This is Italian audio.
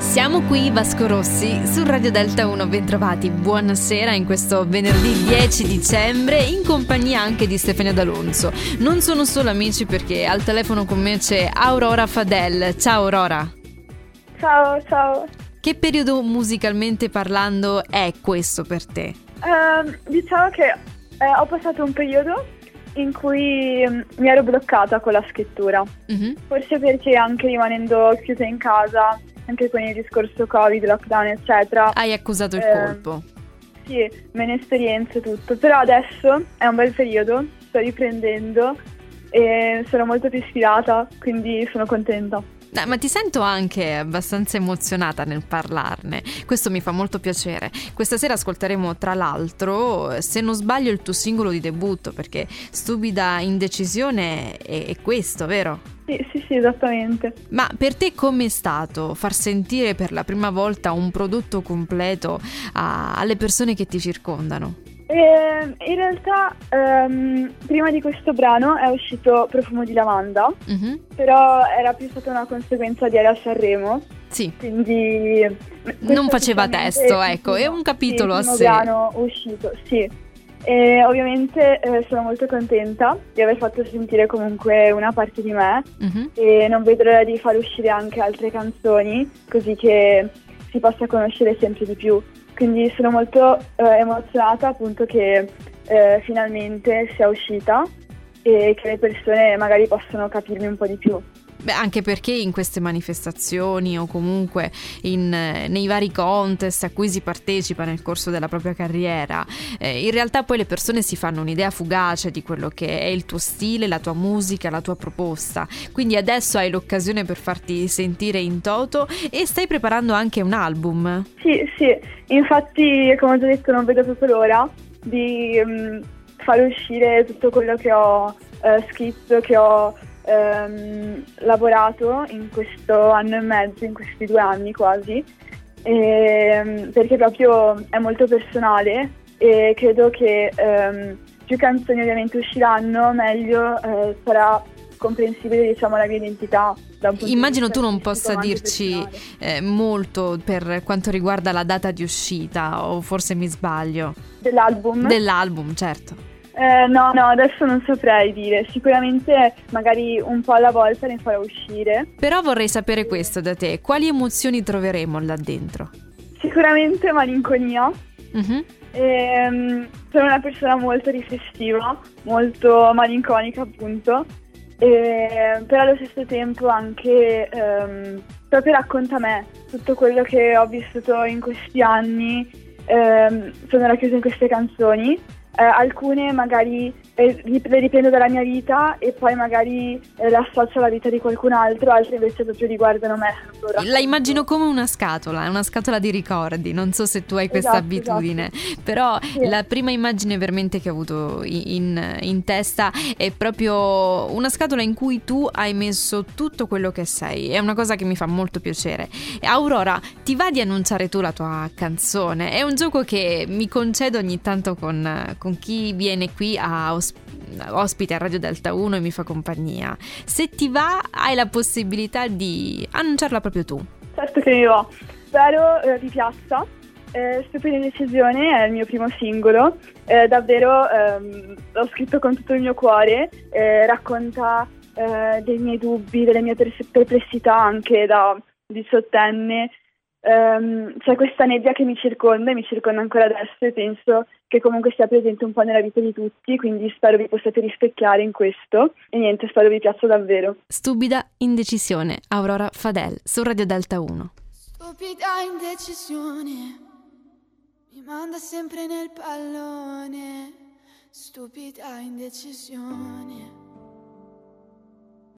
Siamo qui, Vasco Rossi, su Radio Delta 1, bentrovati, buonasera in questo venerdì 10 dicembre, in compagnia anche di Stefania D'Alonso. Non sono solo amici perché al telefono con me c'è Aurora Fadel. Ciao Aurora. Ciao. Che periodo musicalmente parlando è questo per te? Diciamo che ho passato un periodo in cui mi ero bloccata con la scrittura. Forse perché anche rimanendo chiusa in casa, anche con il discorso Covid, lockdown eccetera, hai accusato il colpo. Sì, meno esperienze, tutto. Però adesso è un bel periodo, sto riprendendo e sono molto più ispirata, quindi sono contenta. Ma ti sento anche abbastanza emozionata nel parlarne, questo mi fa molto piacere. Questa sera ascolteremo tra l'altro, se non sbaglio, il tuo singolo di debutto, perché Stupida Indecisione è questo, vero? Sì, esattamente. Ma per te com'è stato far sentire per la prima volta un prodotto completo alle persone che ti circondano? In realtà prima di questo brano è uscito Profumo di lavanda, però era più stata una conseguenza di Era a Sanremo. Sì. Quindi non faceva testo, ecco, è un capitolo a sé. Il primo brano uscito, sì. E ovviamente sono molto contenta di aver fatto sentire comunque una parte di me e non vedo l'ora di far uscire anche altre canzoni, così che si possa conoscere sempre di più. Quindi sono molto emozionata appunto che finalmente sia uscita e che le persone magari possano capirmi un po' di più. Beh, anche perché in queste manifestazioni o comunque nei vari contest a cui si partecipa nel corso della propria carriera, in realtà poi le persone si fanno un'idea fugace di quello che è il tuo stile, la tua musica, la tua proposta. Quindi adesso hai l'occasione per farti sentire in toto e stai preparando anche un album. Sì, infatti come ho già detto non vedo proprio l'ora di far uscire tutto quello che ho scritto, che ho lavorato in questo anno e mezzo, in questi 2 anni quasi, perché proprio è molto personale e credo che più canzoni ovviamente usciranno, meglio sarà comprensibile, diciamo, la mia identità. Immagino tu non possa dirci molto per quanto riguarda la data di uscita, o forse mi sbaglio. Dell'album, certo. No, adesso non saprei dire, sicuramente magari un po' alla volta ne farò uscire. Però vorrei sapere questo da te, quali emozioni troveremo là dentro? Sicuramente malinconia. Sono una persona molto riflessiva, molto malinconica appunto, però allo stesso tempo anche proprio racconta me, tutto quello che ho vissuto in questi anni sono racchiuse in queste canzoni. Alcune magari le riprendo dalla mia vita e poi magari le associo alla vita di qualcun altro, altre invece proprio riguardano me. La immagino come una scatola di ricordi, non so se tu hai questa abitudine, esatto. Però sì. La prima immagine veramente che ho avuto in testa è proprio una scatola in cui tu hai messo tutto quello che sei, è una cosa che mi fa molto piacere. Aurora, ti va di annunciare tu la tua canzone? È un gioco che mi concedo ogni tanto con chi viene qui a ospite a Radio Delta 1 e mi fa compagnia. Se ti va, hai la possibilità di annunciarla proprio tu. Certo che mi va. Spero vi piaccia. Stupida Indecisione è il mio primo singolo. Davvero l'ho scritto con tutto il mio cuore. Racconta dei miei dubbi, delle mie perplessità anche da diciottenne. C'è questa nebbia che mi circonda ancora adesso e penso che comunque sia presente un po' nella vita di tutti, quindi spero vi possiate rispecchiare in questo e niente, spero vi piaccia davvero. Stupida Indecisione, Aurora Fadel su Radio Delta 1. Stupida indecisione mi manda sempre nel pallone, stupida indecisione.